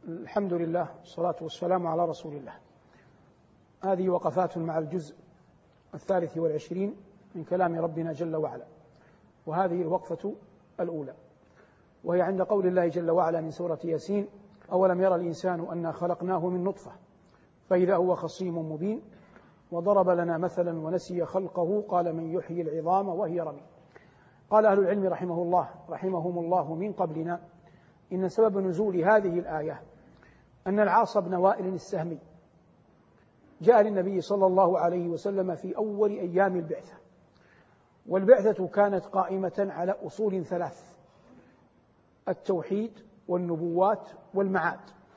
الحمد لله والصلاة والسلام على رسول الله. هذه وقفات مع الجزء 23 من كلام ربنا جل وعلا، وهذه الوقفة الأولى، وهي عند قول الله جل وعلا من سورة ياسين: أولم يرى الإنسان أنا خلقناه من نطفة فإذا هو خصيم مبين وضرب لنا مثلا ونسي خلقه قال من يحيي العظام وهي رميم. قال أهل العلم رحمهم الله من قبلنا إن سبب نزول هذه الآية أن العاص بن وائل السهمي جاء للنبي صلى الله عليه وسلم في أول أيام البعثة، والبعثة كانت قائمة على أصول 3: التوحيد والنبوات والمعاد.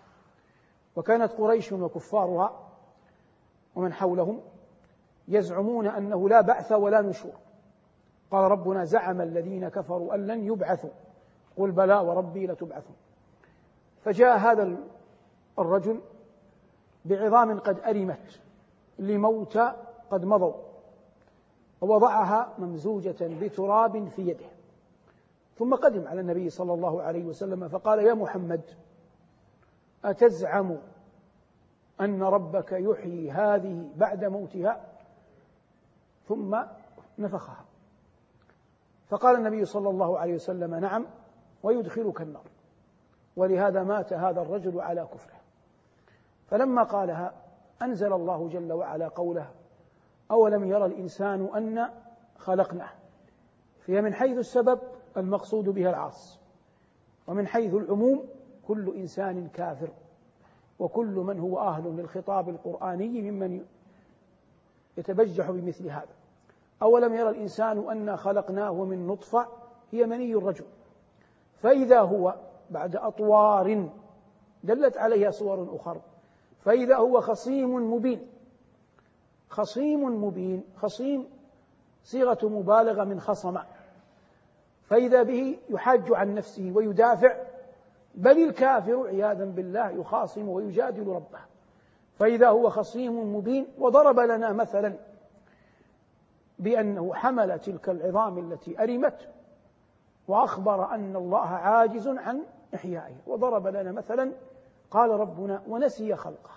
وكانت قريش وكفارها ومن حولهم يزعمون أنه لا بعث ولا نشور. قال ربنا: زعم الذين كفروا أن لن يبعثوا قل بلى وربي لتبعثون. فجاء هذا الرجل بعظام قد أرمت لموتى قد مضوا، ووضعها ممزوجة بتراب في يده، ثم قدم على النبي صلى الله عليه وسلم فقال: يا محمد، أتزعم أن ربك يحيي هذه بعد موتها؟ ثم نفخها. فقال النبي صلى الله عليه وسلم: نعم، ويدخلك النار. ولهذا مات هذا الرجل على كفره. فلما قالها أنزل الله جل وعلا قوله: أولم يرى الإنسان أن خلقناه. فهي من حيث السبب المقصود بها العاص، ومن حيث العموم كل إنسان كافر، وكل من هو أهل للخطاب القرآني ممن يتبجح بمثل هذا. أولم يرى الإنسان أنا خلقناه من نطفة، هي مني الرجل، فإذا هو بعد أطوار دلت عليها صور أخرى، فإذا هو خصيم مبين. خصيم مبين، خصيم صيغة مبالغة من خصم، فإذا به يحاج عن نفسه ويدافع، بل الكافر عياذا بالله يخاصم ويجادل ربه. فإذا هو خصيم مبين. وضرب لنا مثلا بأنه حمل تلك العظام التي أرمت، وأخبر أن الله عاجز عن إحيائها. وضرب لنا مثلا قال ربنا: ونسي خلقه.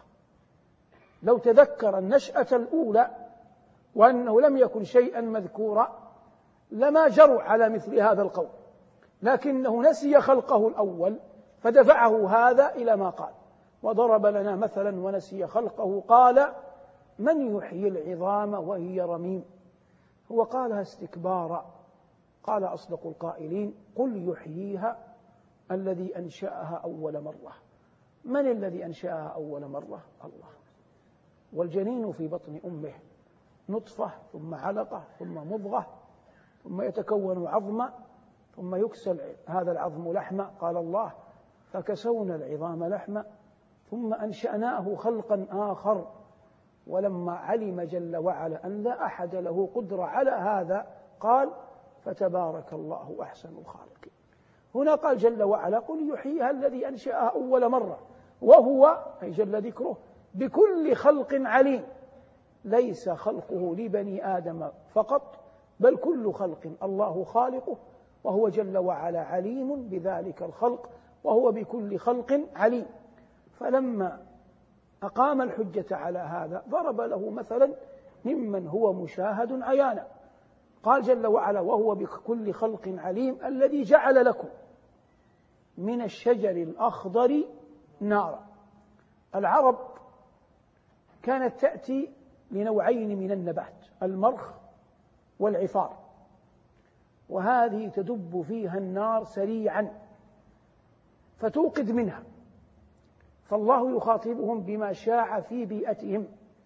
لو تذكر النشأة الأولى وأنه لم يكن شيئا مذكورا لما جروا على مثل هذا القول، لكنه نسي خلقه الأول فدفعه هذا إلى ما قال. وضرب لنا مثلا ونسي خلقه قال: من يحيي العظام وهي رميم. هو قالها استكبارا. قال أصدق القائلين: قل يحييها الذي أنشأها أول مرة. من الذي أنشأها أول مرة؟ الله. والجنين في بطن أمه نطفة، ثم علقة، ثم مضغة، ثم يتكون عظما، ثم يكسل هذا العظم لحما. قال الله: فكسونا العظام لحما ثم أنشأناه خلقا آخر. ولما علم جل وعلا أن لا أحد له قدرة على هذا قال: فتبارك الله أحسن الخالقين. هنا قال جل وعلا: قل يحييها الذي أنشأها أول مرة، وهو أي جل ذكره بكل خلق عليم. ليس خلقه لبني آدم فقط، بل كل خلق الله خالقه، وهو جل وعلا عليم بذلك الخلق، وهو بكل خلق عليم. فلما أقام الحجة على هذا ضرب له مثلا ممن هو مشاهد عيانا. قال جل وعلا: وهو بكل خلق عليم الذي جعل لكم من الشجر الأخضر نارا. العرب كانت تأتي لنوعين من النبات: المرخ والعفار، وهذه تدب فيها النار سريعا فتوقد منها. فالله يخاطبهم بما شاع في بيئتهم: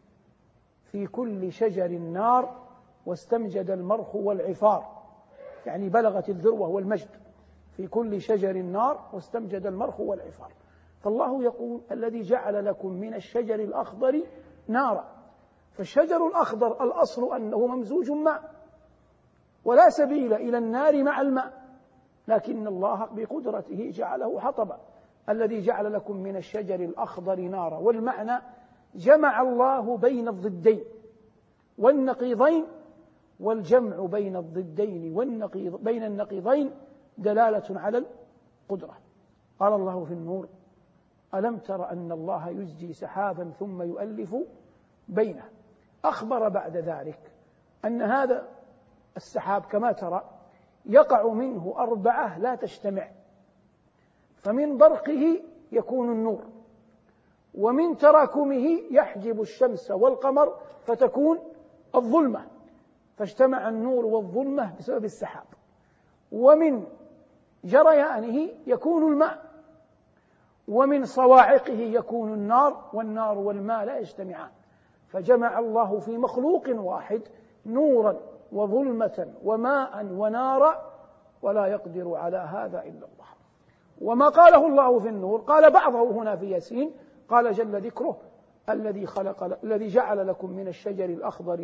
في كل شجر نار واستمجد المرخ والعفار، يعني بلغت الذروة والمجد. في كل شجر نار واستمجد المرخ والعفار. فالله يقول: الذي جعل لكم من الشجر الأخضر نارا. فالشجر الأخضر الأصل أنه ممزوج ماء، ولا سبيل إلى النار مع الماء، لكن الله بقدرته جعله حطبا. الذي جعل لكم من الشجر الأخضر نارا. والمعنى: جمع الله بين الضدين والنقيضين، والجمع بين الضدين بين النقيضين دلالة على القدرة. قال الله في النور: ألم تر أن الله يزجي سحابا ثم يؤلف بينه. أخبر بعد ذلك أن هذا السحاب كما ترى يقع منه 4 لا تجتمع، فمن برقه يكون النور، ومن تراكمه يحجب الشمس والقمر فتكون الظلمة، فاجتمع النور والظلمة بسبب السحاب، ومن جريانه يكون الماء، ومن صواعقه يكون النار، والنار والماء لا يجتمعان، فجمع الله في مخلوق واحد نورا وظلمة وماء ونارا، ولا يقدر على هذا إلا الله. وما قاله الله في النور قال بعضه هنا في ياسين، قال جل ذكره الذي جعل لكم من الشجر الأخضر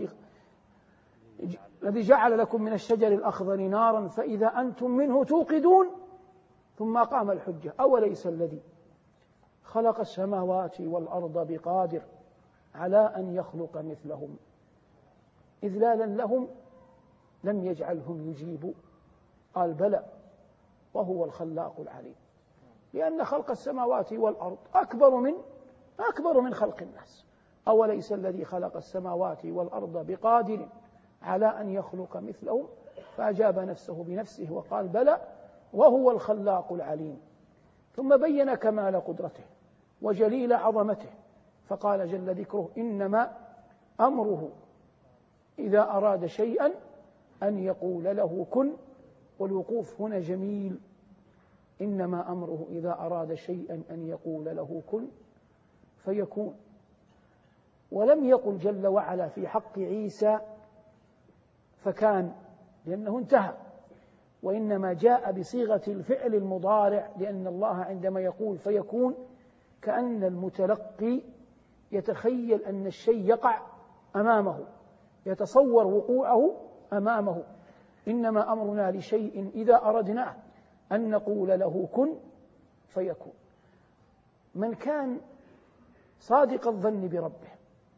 الذي جعل لكم من الشجر الأخضر نارا فإذا أنتم منه توقدون، ثم قام الحجة أوليس الذي خلق السماوات والأرض بقادر على أن يخلق مثلهم إذلالا لهم لم يجعلهم يجيبوا، قال بلى وهو الخلاق العليم، لأن خلق السماوات والأرض أكبر من خلق الناس. أوليس الذي خلق السماوات والأرض بقادر على أن يخلق مثلهم، فأجاب نفسه بنفسه وقال بلى وهو الخلاق العليم، ثم بين كمال قدرته وجليل عظمته، فقال جل ذكره إنما أمره إذا أراد شيئا أن يقول له كن، والوقوف هنا جميل، إنما أمره إذا أراد شيئا أن يقول له كن فيكون. ولم يقل جل وعلا في حق عيسى فكان لأنه انتهى، وإنما جاء بصيغة الفعل المضارع، لأن الله عندما يقول فيكون كأن المتلقي يتخيل أن الشيء يقع أمامه، يتصور وقوعه أمامه. إنما أمرنا لشيء إذا أردناه أن نقول له كن فيكون. من كان صادق الظن بربه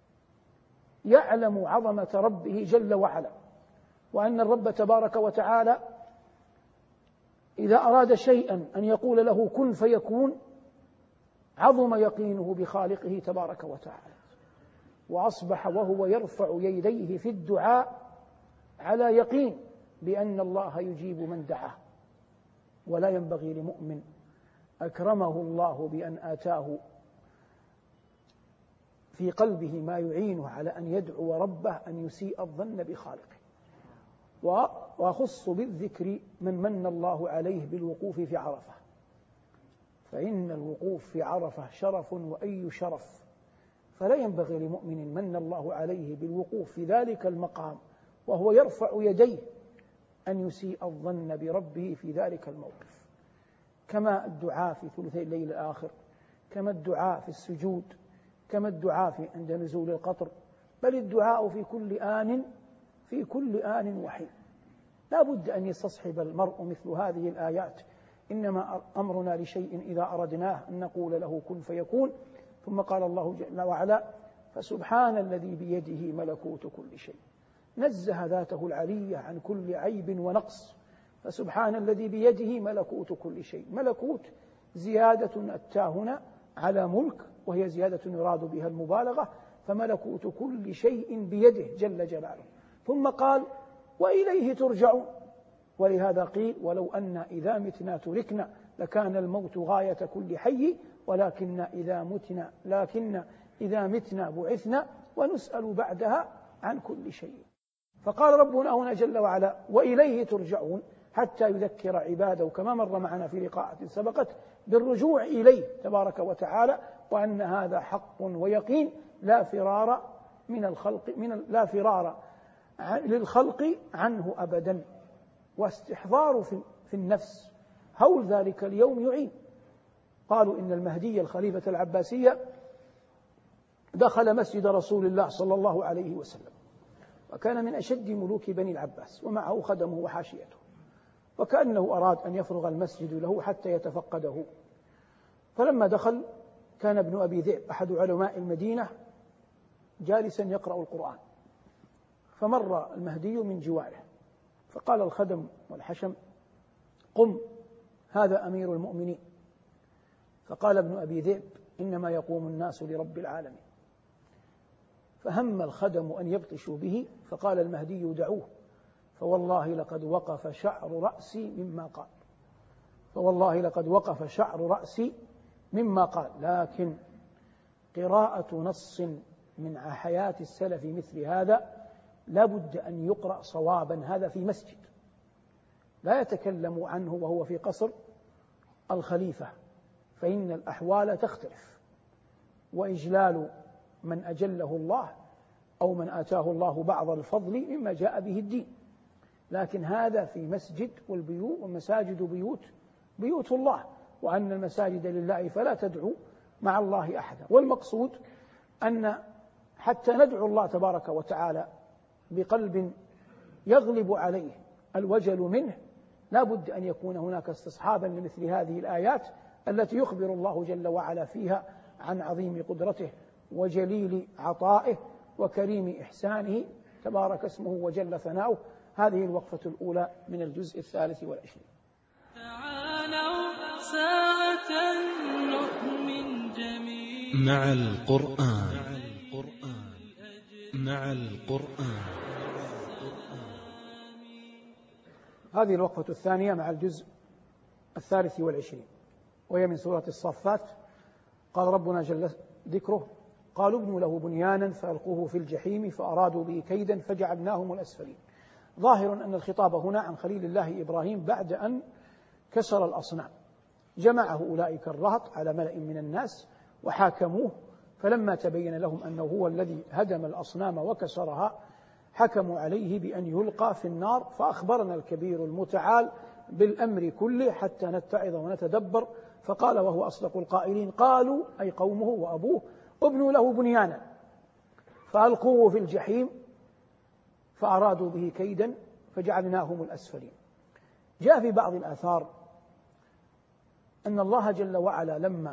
يعلم عظمة ربه جل وعلا، وأن الرب تبارك وتعالى إذا أراد شيئا أن يقول له كن فيكون، عظم يقينه بخالقه تبارك وتعالى، وأصبح وهو يرفع يديه في الدعاء على يقين بأن الله يجيب من دعاه. ولا ينبغي لمؤمن أكرمه الله بأن آتاه في قلبه ما يعينه على أن يدعو ربه أن يسيء الظن بخالقه. وأخص بالذكر من الله عليه بالوقوف في عرفة، فإن الوقوف في عرفة شرف وأي شرف، فلا ينبغي لمؤمن من الله عليه بالوقوف في ذلك المقام وهو يرفع يديه أن يسيء الظن بربه في ذلك الموقف، كما الدعاء في ثلثي الليل الآخر، كما الدعاء في السجود، كما الدعاء عند نزول القطر، بل الدعاء في كل آن وحين. لا بد أن يستصحب المرء مثل هذه الآيات، إنما أمرنا لشيء إذا أردناه أن نقول له كن فيكون. ثم قال الله جل وعلا فسبحان الذي بيده ملكوت كل شيء، نزه ذاته العلية عن كل عيب ونقص، فسبحان الذي بيده ملكوت كل شيء. ملكوت زيادة أتى هنا على ملك، وهي زيادة يراد بها المبالغة، فملكوت كل شيء بيده جل جلاله. ثم قال وإليه ترجعون، ولهذا قيل ولو أن إذا متنا تركنا لكان الموت غاية كل حي، لكن إذا متنا بعثنا ونسأل بعدها عن كل شيء. فقال ربنا هنا جل وعلا وإليه ترجعون حتى يذكر عباده، كما مر معنا في لقاءات سبقت، بالرجوع إليه تبارك وتعالى، وأن هذا حق ويقين لا فرار للخلق عنه أبدا. واستحضار في النفس هول ذلك اليوم يعين. قالوا إن المهدي الخليفة العباسية دخل مسجد رسول الله صلى الله عليه وسلم، وكان من أشد ملوك بني العباس، ومعه خدمه وحاشيته، وكأنه أراد أن يفرغ المسجد له حتى يتفقده. فلما دخل كان ابن أبي ذئب أحد علماء المدينة جالسا يقرأ القرآن، فمر المهدي من جواره، فقال الخدم والحشم قم هذا أمير المؤمنين. فقال ابن أبي ذئب: إنما يقوم الناس لرب العالمين. فهم الخدم أن يبطشوا به، فقال المهدي: دعوه، فوالله لقد وقف شعر رأسي مما قال، فوالله لقد وقف شعر رأسي مما قال. لكن قراءة نص من حياة السلف مثل هذا لا بد أن يقرأ صوابا. هذا في مسجد، لا يتكلم عنه وهو في قصر الخليفة، فإن الأحوال تختلف، وإجلال من أجله الله أو من آتاه الله بعض الفضل مما جاء به الدين. لكن هذا في مسجد، والمساجد بيوت الله، وأن المساجد لله فلا تدعو مع الله أحدا. والمقصود أن حتى ندعو الله تبارك وتعالى بقلب يغلب عليه الوجل منه، لا بد أن يكون هناك استصحابا لمثل هذه الآيات التي يخبر الله جل وعلا فيها عن عظيم قدرته وجليل عطائه وكريم إحسانه، تبارك اسمه وجل ثناؤه. هذه الوقفة الأولى من الجزء 23. تعالوا ساعة نؤمن جميعا مع القرآن. هذه الوقفة الثانية مع الجزء 23، وهي من سورة الصافات. قال ربنا جل ذكره: قالوا ابنوا له بنيانا فألقوه في الجحيم فأرادوا به كيدا فجعلناهم الأسفلين. ظاهر أن الخطاب هنا عن خليل الله إبراهيم بعد أن كسر الأصنام. جمعه أولئك الرهط على ملأ من الناس وحاكموه، فلما تبين لهم أنه هو الذي هدم الأصنام وكسرها حكموا عليه بأن يلقى في النار. فأخبرنا الكبير المتعال بالأمر كله حتى نتعظ ونتدبر، فقال وهو أصدق القائلين: قالوا أي قومه وأبوه ابنوا له بنيانا فألقوه في الجحيم فأرادوا به كيدا فجعلناهم الأسفلين. جاء في بعض الآثار أن الله جل وعلا لما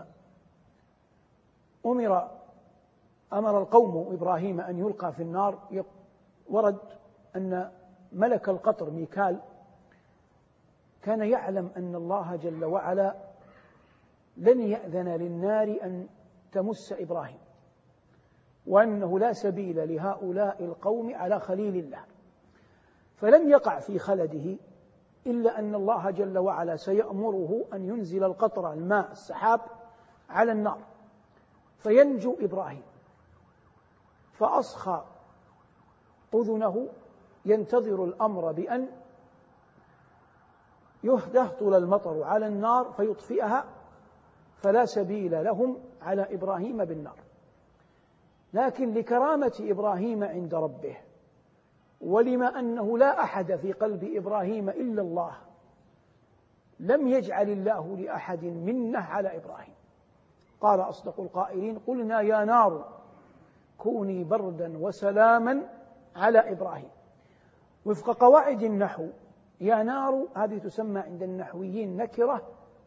أمر القوم إبراهيم أن يلقى في النار، ورد أن ملك القطر ميكال كان يعلم أن الله جل وعلا لن يأذن للنار أن تمس إبراهيم، وأنه لا سبيل لهؤلاء القوم على خليل الله، فلم يقع في خلده إلا أن الله جل وعلا سيأمره أن ينزل القطر الماء السحاب على النار فينجو إبراهيم. فأصخى أذنه ينتظر الأمر بأن يهطل المطر على النار فيطفئها، فلا سبيل لهم على إبراهيم بالنار. لكن لكرامة إبراهيم عند ربه، ولما أنه لا أحد في قلب إبراهيم إلا الله، لم يجعل الله لأحد منه على إبراهيم. قال أصدق القائلين: قلنا يا نار كوني بردا وسلاما على إبراهيم. وفق قواعد النحو، يا نار هذه تسمى عند النحويين نكرة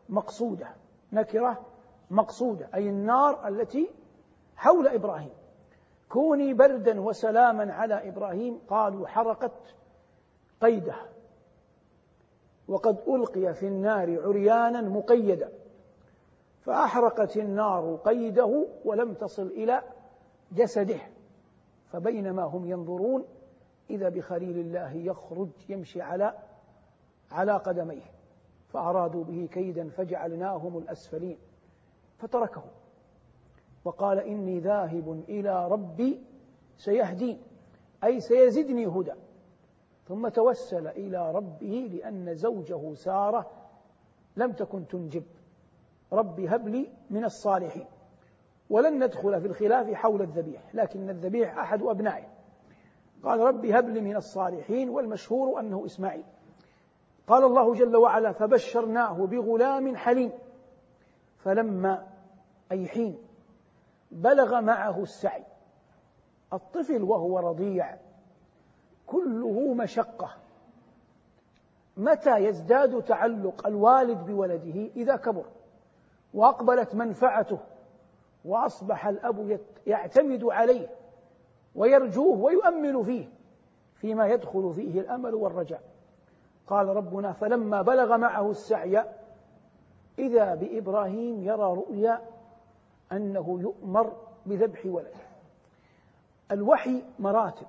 مقصودة، أي النار التي حول إبراهيم. كوني بردا وسلاما على إبراهيم، قالوا حرقت قيده، وقد ألقي في النار عريانا مقيدا، فأحرقت النار قيده ولم تصل إلى جسده، فبينما هم ينظرون إذا بخليل الله يخرج يمشي على قدميه، فأرادوا به كيدا فجعلناهم الأسفلين فتركه وقال: إني ذاهب إلى ربي سيهدين، أي سيزدني هدى. ثم توسل إلى ربه لأن زوجه سارة لم تكن تنجب: ربي هب لي من الصالحين. ولن ندخل في الخلاف حول الذبيح، لكن الذبيح أحد أبنائه. قال: ربي هب لي من الصالحين، والمشهور أنه إسماعيل. قال الله جل وعلا: فبشرناه بغلام حليم، فلما أي حين بلغ معه السعي. الطفل وهو رضيع كله مشقة. متى يزداد تعلق الوالد بولده؟ إذا كبر وأقبلت منفعته وأصبح الأب يعتمد عليه ويرجوه ويؤمل فيه فيما يدخل فيه الأمل والرجاء. قال ربنا: فلما بلغ معه السعي إذا بإبراهيم يرى رؤيا أنه يؤمر بذبح ولده. الوحي مراتب،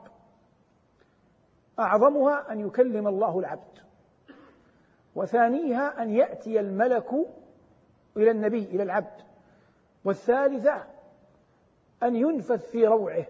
أعظمها أن يكلم الله العبد، وثانيها أن يأتي الملك إلى النبي إلى العبد، والثالثة أن ينفث في روعه،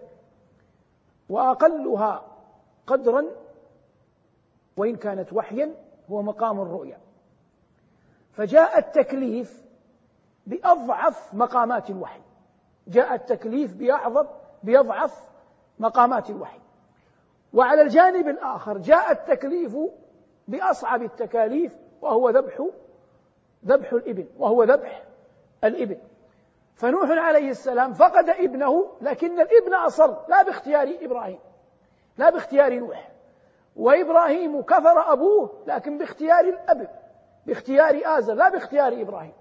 وأقلها قدرا وإن كانت وحيا هو مقام الرؤيا. فجاء التكليف بأضعف مقامات الوحي، جاء التكليف بأضعف مقامات الوحي. وعلى الجانب الآخر جاء التكليف بأصعب التكاليف، وهو ذبح الابن، وهو ذبح الابن. فنوح عليه السلام فقد ابنه، لكن الابن أصل، لا باختيار إبراهيم، لا باختيار نوح. وإبراهيم كفر أبوه لكن باختيار الأب، باختيار آزر، لا باختيار إبراهيم.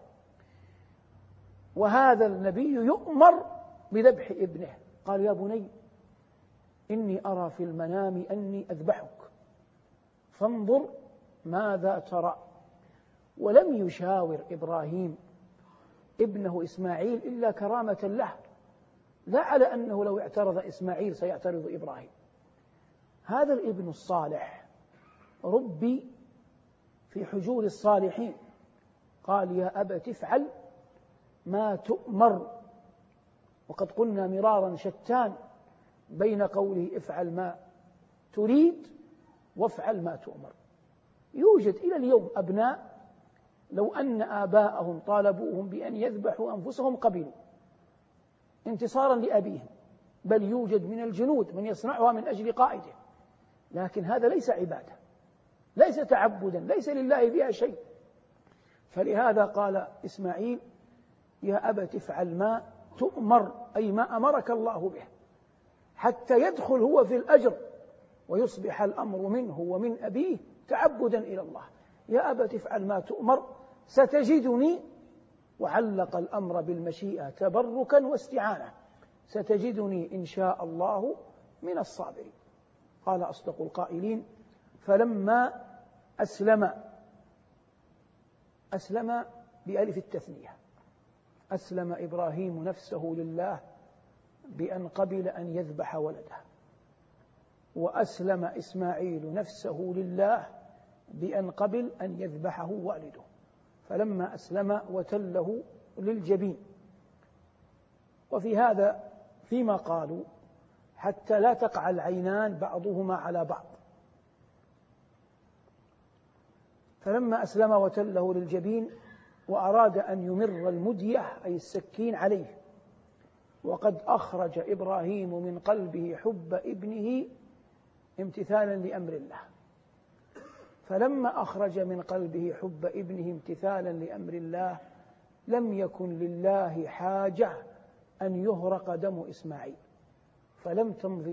وهذا النبي يؤمر بذبح ابنه. قال: يا بني إني أرى في المنام أني أذبحك فانظر ماذا ترى. ولم يشاور إبراهيم ابنه إسماعيل إلا كرامة له، لا على أنه لو اعترض إسماعيل سيعترض إبراهيم. هذا الابن الصالح ربي في حجور الصالحين. قال: يا أبت افعل ما تؤمر. وقد قلنا مرارا شتان بين قوله افعل ما تريد وافعل ما تؤمر. يوجد إلى اليوم أبناء لو أن آباءهم طالبوهم بأن يذبحوا أنفسهم قبلوا انتصارا لأبيهم، بل يوجد من الجنود من يصنعها من أجل قائده، لكن هذا ليس عبادة، ليس تعبدا، ليس لله فيها شيء. فلهذا قال إسماعيل: يا أبت افعل ما تؤمر، أي ما أمرك الله به، حتى يدخل هو في الأجر ويصبح الأمر منه ومن أبيه تعبدا إلى الله. يا أبت افعل ما تؤمر ستجدني، وعلق الأمر بالمشيئة تبركا واستعانة، ستجدني إن شاء الله من الصابرين. قال أصدق القائلين: فلما أسلم بألف التثنية، أسلم إبراهيم نفسه لله بأن قبل أن يذبح ولده، وأسلم إسماعيل نفسه لله بأن قبل أن يذبحه والده. فلما أسلم وتله للجبين. وفي هذا فيما قالوا حتى لا تقع العينان بعضهما على بعض. فلما أسلم وتله للجبين وأراد أن يمر المدية أي السكين عليه، وقد أخرج إبراهيم من قلبه حب ابنه امتثالا لأمر الله. فلما أخرج من قلبه حب ابنه امتثالا لأمر الله لم يكن لله حاجة أن يهرق دم إسماعيل، فلم تمضي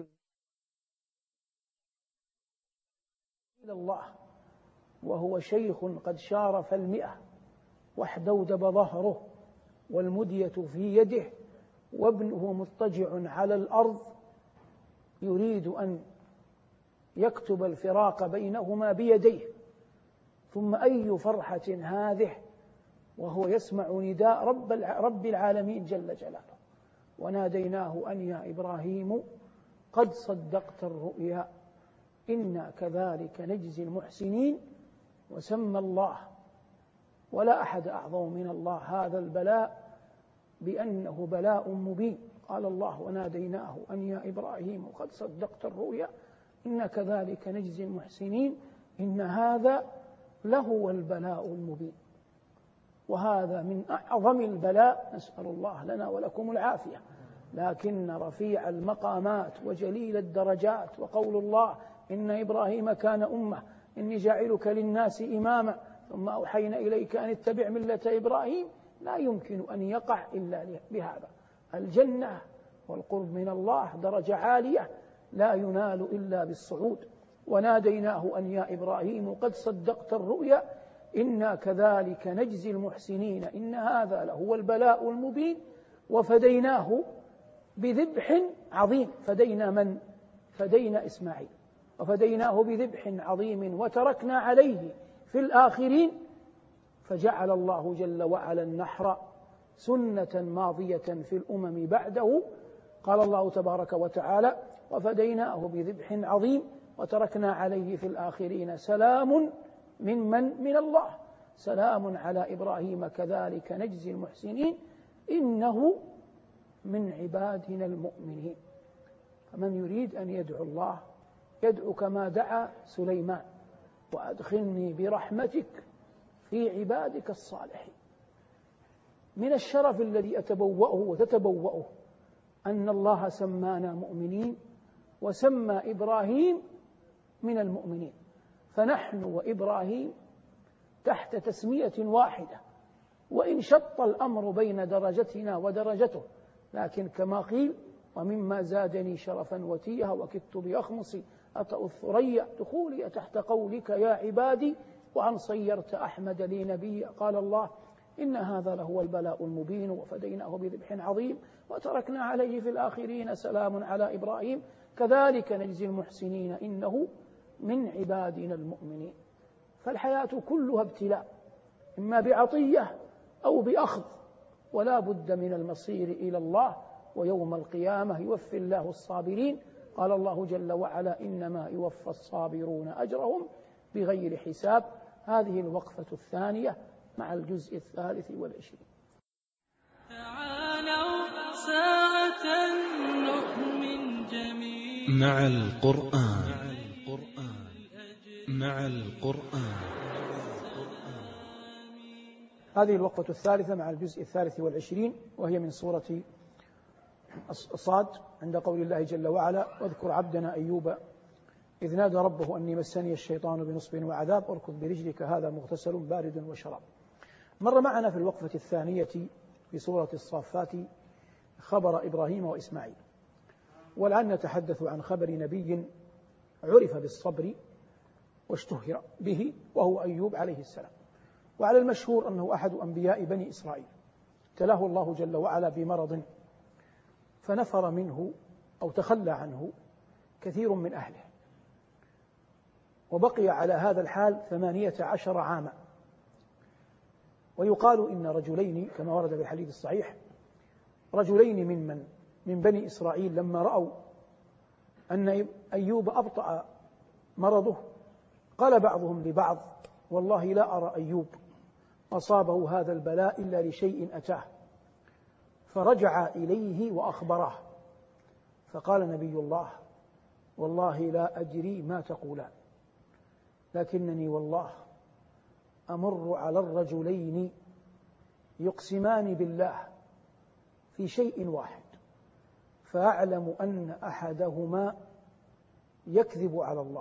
إلى الله وهو شيخ قد شارف 100 واحدودب ظهره والمدية في يده وابنه مضطجع على الأرض يريد أن يكتب الفراق بينهما بيديه. ثم أي فرحة هذه وهو يسمع نداء رب العالمين جل جلاله: وناديناه أن يا إبراهيم قد صدقت الرؤيا إنا كذلك نجزي المحسنين. وسمى الله، ولا أحد أعظم من الله هذا البلاء بأنه بلاء مبين. قال الله: وناديناه أن يا إبراهيم قد صدقت الرؤيا إنا كذلك نجزي المحسنين. إن هذا لهو البلاء المبين، وهذا من أعظم البلاء، نسأل الله لنا ولكم العافية. لكن رفيع المقامات وجليل الدرجات وقول الله: إن إبراهيم كان أمة إني جاعلك للناس إماما ثم أوحينا إليك أن اتبع ملة إبراهيم، لا يمكن أن يقع إلا بهذا. الجنة والقرب من الله درجة عالية لا ينال إلا بالصعود. وناديناه أن يا إبراهيم قد صدقت الرؤيا إنا كذلك نجزي المحسنين. إن هذا لهو البلاء المبين. وفديناه بذبح عظيم. فدينا من؟ فدينا إسماعيل، وفديناه بذبح عظيم وتركنا عليه في الآخرين. فجعل الله جل وعلا النحر سنة ماضية في الأمم بعده. قال الله تبارك وتعالى: وفديناه بذبح عظيم وتركنا عليه في الآخرين سلام من الله، سلام على إبراهيم كذلك نجزي المحسنين إنه من عبادنا المؤمنين. فمن يريد أن يدعو الله يدعو كما دعا سليمان: وأدخلني برحمتك في عبادك الصالحين. من الشرف الذي أتبوأه وتتبوأه أن الله سمانا مؤمنين وسمى إبراهيم من المؤمنين، فنحن وإبراهيم تحت تسمية واحدة، وإن شط الأمر بين درجتنا ودرجته، لكن كما قيل: ومما زادني شرفا وتيها وكدت بأخمصي أطأ الثريا دخولي تحت قولك يا عبادي وأن صيرت أحمد لي نبيا. قال الله: إن هذا لهو البلاء المبين وفديناه بذبح عظيم وتركنا عليه في الآخرين سلام على إبراهيم كذلك نجزي المحسنين إنه من عبادنا المؤمنين. فالحياة كلها ابتلاء، إما بعطية أو بأخذ، ولا بد من المصير إلى الله، ويوم القيامة يوفي الله الصابرين. قال الله جل وعلا: إنما يوفى الصابرون أجرهم بغير حساب. هذه الوقفة الثانية مع الجزء 23. تعالوا ساعة نؤمن جميعا مع القرآن. مع القرآن. هذه الوقفة الثالثة مع الجزء 23، وهي من سورة الصاد، عند قول الله جل وعلا: واذكر عبدنا أيوب إذ نادى ربه أني مسني الشيطان بنصب وعذاب اركض برجلك هذا مغتسل بارد وشراب. مر معنا في الوقفة الثانية في سورة الصافات خبر إبراهيم وإسماعيل، والآن نتحدث عن خبر نبي عرف بالصبر واشتهر به، وهو أيوب عليه السلام. وعلى المشهور أنه أحد أنبياء بني إسرائيل، ابتلاه الله جل وعلا بمرض فنفر منه أو تخلى عنه كثير من أهله، وبقي على هذا الحال 18 عاما. ويقال إن رجلين كما ورد في الحديث الصحيح، رجلين من بني إسرائيل لما رأوا أن أيوب أبطأ مرضه قال بعضهم لبعض: والله لا أرى أيوب أصابه هذا البلاء إلا لشيء أتاه. فرجع إليه وأخبره، فقال نبي الله: والله لا أدري ما تقولان، لكنني والله أمر على الرجلين يقسمان بالله في شيء واحد، فأعلم أن أحدهما يكذب على الله،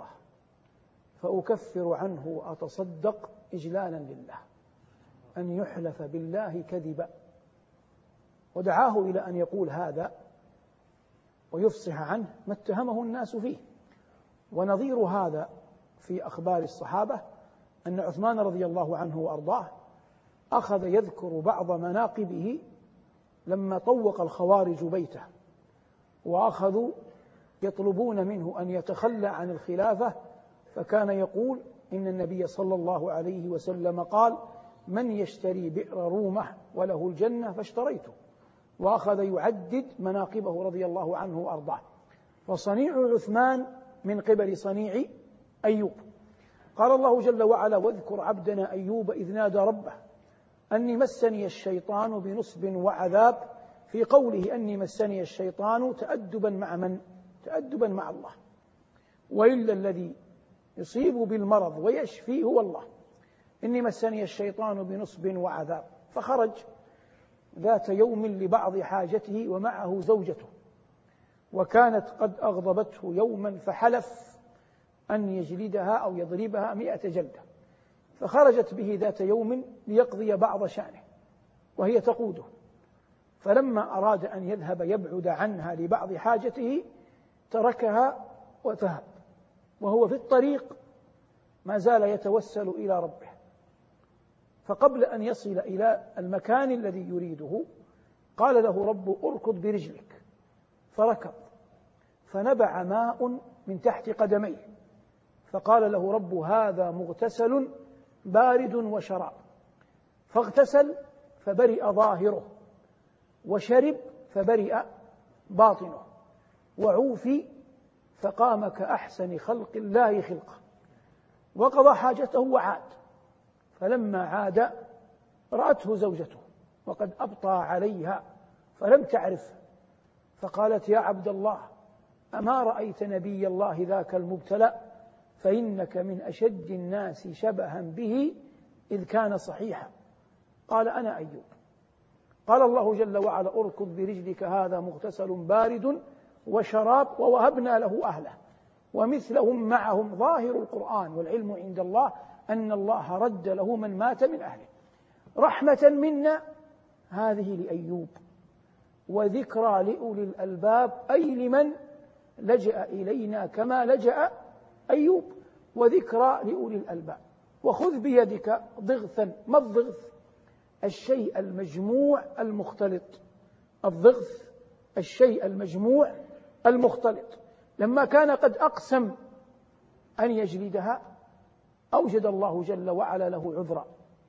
فأكفر عنه وأتصدق إجلالا لله أن يحلف بالله كذبا. ودعاه إلى أن يقول هذا ويفصح عنه ما اتهمه الناس فيه. ونظير هذا في أخبار الصحابة أن عثمان رضي الله عنه وأرضاه أخذ يذكر بعض مناقبه لما طوق الخوارج بيته، وأخذوا يطلبون منه أن يتخلى عن الخلافة، فكان يقول: إن النبي صلى الله عليه وسلم قال: من يشتري بئر رومه وله الجنة فاشتريته. وأخذ يعدد مناقبه رضي الله عنه وأرضاه. فصنيع عثمان من قبل صنيع أيوب. قال الله جل وعلا: واذكر عبدنا أيوب إذ نادى ربه أني مسني الشيطان بنصب وعذاب، في قوله أني مسني الشيطان تأدبا مع من؟ تأدبا مع الله، وإلا الذي يصيب بالمرض ويشفي هو الله. إني مسني الشيطان بنصب وعذاب. فخرج ذات يوم لبعض حاجته ومعه زوجته، وكانت قد أغضبته يوما فحلف أن يجلدها أو يضربها 100 جلدة، فخرجت به ذات يوم ليقضي بعض شأنه وهي تقوده. فلما أراد أن يذهب يبعد عنها لبعض حاجته تركها وذهب، وهو في الطريق ما زال يتوسل إلى ربه. فقبل أن يصل إلى المكان الذي يريده قال له رب: اركض برجلك. فركض فنبع ماء من تحت قدميه، فقال له رب: هذا مغتسل بارد وشراب. فاغتسل فبرئ ظاهره، وشرب فبرئ باطنه، وعوفي فقام كأحسن خلق الله خلقه، وقضى حاجته وعاد. فلما عاد رأته زوجته وقد أبطى عليها فلم تعرفه، فقالت: يا عبد الله، أما رأيت نبي الله ذاك المبتلى؟ فإنك من أشد الناس شبها به إذ كان صحيحا. قال: أنا أيوب. قال الله جل وعلا: اركض برجلك هذا مغتسل بارد وشراب ووهبنا له أهله ومثلهم معهم. ظاهر القرآن والعلم عند الله أن الله رد له من مات من أهله رحمة منا هذه لأيوب، وذكرى لأولي الألباب، أي لمن لجأ إلينا كما لجأ أيوب، وذكرى لأولي الألباب. وخذ بيدك ضغثا. ما الضغث؟ الشيء المجموع المختلط. الضغث الشيء المجموع المختلط. لما كان قد أقسم أن يجلدها أوجد الله جل وعلا له عذرا،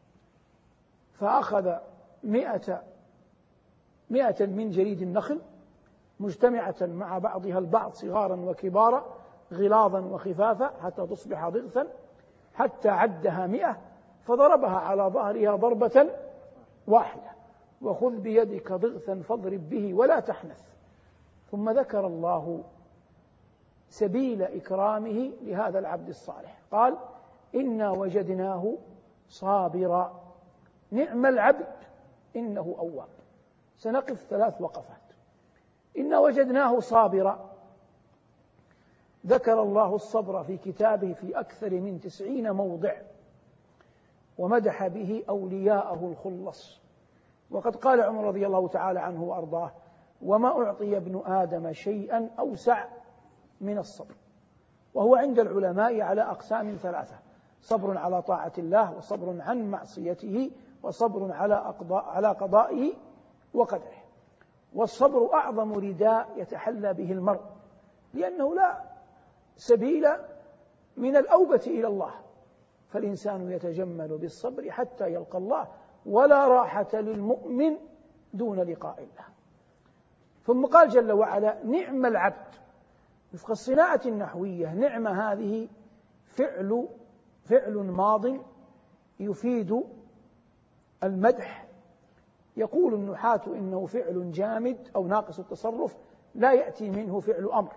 فأخذ 100 من جريد النخل مجتمعة مع بعضها البعض صغارا وكبارا غلاظا وخفافا حتى تصبح ضغثا، حتى عدها 100 فضربها على ظهرها ضربة واحدة. وخذ بيدك ضغثا فاضرب به ولا تحنث. ثم ذكر الله سبيل إكرامه لهذا العبد الصالح، قال: إنا وجدناه صابرا نعم العبد إنه أواب. سنقف 3 وقفات. إنا وجدناه صابرا. ذكر الله الصبر في كتابه في أكثر من 90 موضع، ومدح به أولياءه الخلص. وقد قال عمر رضي الله تعالى عنه وأرضاه: وما أعطي ابن آدم شيئا أوسع من الصبر. وهو عند العلماء على أقسام 3: صبر على طاعة الله، وصبر عن معصيته، وصبر على قضائه وقدره. والصبر أعظم رداء يتحلى به المرء، لأنه لا سبيل من الأوبة إلى الله، فالإنسان يتجمل بالصبر حتى يلقى الله، ولا راحة للمؤمن دون لقاء الله. ثم قال جل وعلا: نعم العبد. وفق الصناعة النحوية نعم هذه فعل ماض يفيد المدح. يقول النحاة إنه فعل جامد أو ناقص التصرف لا يأتي منه فعل أمر،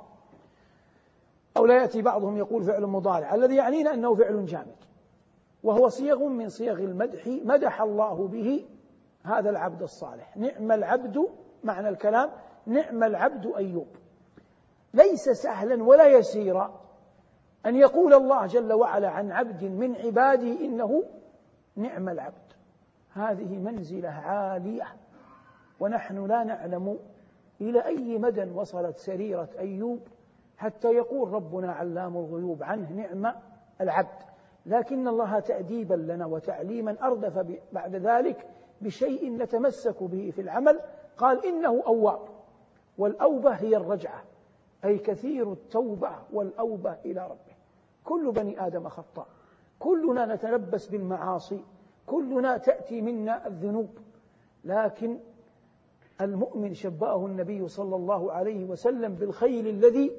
أو لا يأتي بعضهم يقول فعل مضارع، الذي يعنينا أنه فعل جامد، وهو صيغ من صيغ المدح مدح الله به هذا العبد الصالح. نعم العبد، معنى الكلام نعم العبد أيوب. ليس سهلا ولا يسيرا أن يقول الله جل وعلا عن عبد من عباده إنه نعم العبد. هذه منزلة عالية، ونحن لا نعلم إلى أي مدى وصلت سريرة أيوب حتى يقول ربنا علام الغيوب عنه نعم العبد. لكن الله تأديبا لنا وتعليما أردف بعد ذلك بشيء نتمسك به في العمل، قال: إنه أواب. والأوبة هي الرجعة، أي كثير التوبة والأوبة إلى ربه. كل بني آدم خطاء، كلنا نتلبس بالمعاصي، كلنا تأتي منا الذنوب، لكن المؤمن شبهه النبي صلى الله عليه وسلم بالخيل الذي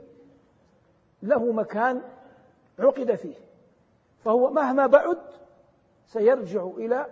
له مكان عقد فيه، فهو مهما بعد سيرجع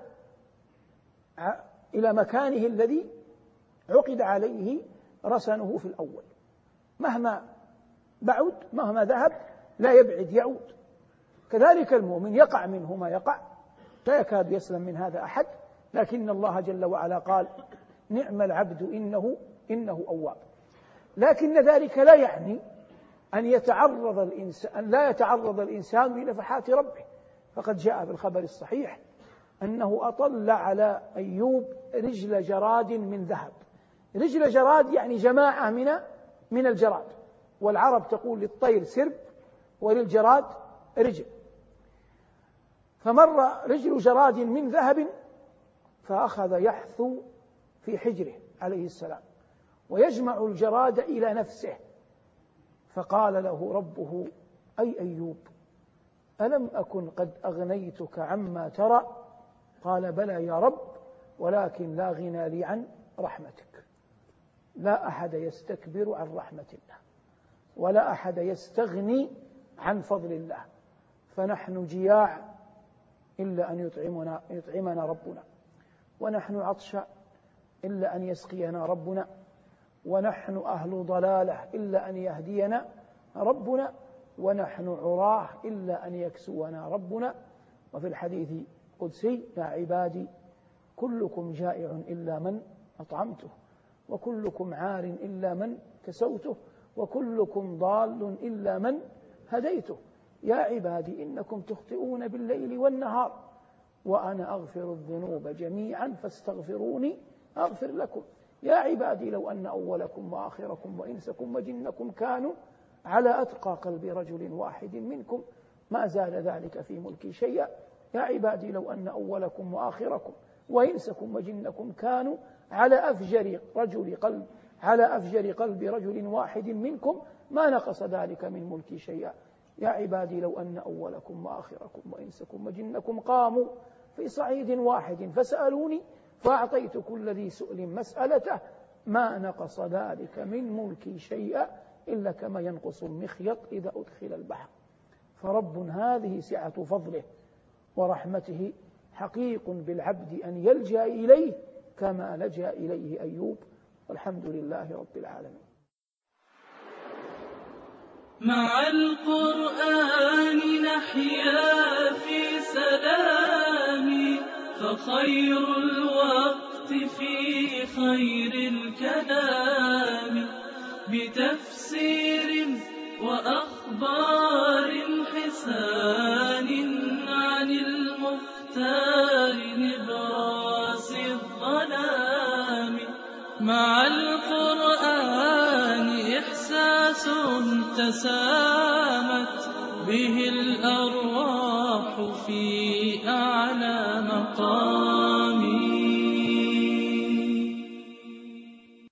إلى مكانه الذي عقد عليه رسنه في الأول. مهما بعد، مهما ذهب لا يبعد، يعود. كذلك المؤمن يقع منه ما يقع، لا يكاد يسلم من هذا أحد، لكن الله جل وعلا قال: نعم العبد إنه أواب. لكن ذلك لا يعني أن لا يتعرض الإنسان لنفحات ربه. فقد جاء بالخبر الصحيح أنه أطل على أيوب رجل جراد من ذهب. رجل جراد يعني جماعة من الجراد، والعرب تقول للطير سرب وللجراد رجل. فمر رجل جراد من ذهب فأخذ يحثو في حجره عليه السلام ويجمع الجراد إلى نفسه، فقال له ربه: أي أيوب، ألم أكن قد أغنيتك عما ترى؟ قال بلى يا رب، ولكن لا غنى لي عن رحمتك. لا أحد يستكبر عن رحمة الله، ولا أحد يستغني عن فضل الله، فنحن جياع إلا أن يطعمنا ربنا، ونحن عطشى إلا أن يسقينا ربنا، ونحن أهل ضلالة إلا أن يهدينا ربنا، ونحن عراه إلا أن يكسونا ربنا. وفي الحديث القدسي: يا عبادي كلكم جائع إلا من أطعمته، وكلكم عار إلا من كسوته، وكلكم ضال إلا من هديته. يا عبادي إنكم تخطئون بالليل والنهار، وأنا أغفر الذنوب جميعا فاستغفروني أغفر لكم. يا عبادي لو أن أولكم وآخركم وإنسكم وجنكم كانوا على أتقى قلب رجل واحد منكم ما زال ذلك في ملكي شيئا. يا عبادي لو أن أولكم وآخركم وإنسكم وجنكم كانوا على أفجر قلب رجل واحد منكم ما نقص ذلك من ملكي شيئا. يا عبادي لو أن أولكم وآخركم وإنسكم وجنكم قاموا في صعيد واحد فسألوني فأعطيت كل ذي سؤل مسألته ما نقص ذلك من ملكي شيئا إلا كما ينقص المخيط إذا أدخل البحر. فرب هذه سعة فضله ورحمته حقيق بالعبد أن يلجأ إليه كما لجأ إليه أيوب، والحمد لله رب العالمين. مع القرآن نحيا في سلام، فخير الوقت في خير الكلام، بتفسير وأخبار حسان عن المختار نبراس الظلام. مع القرآن إحساس تسامت به الأرواح في أعلى مقام.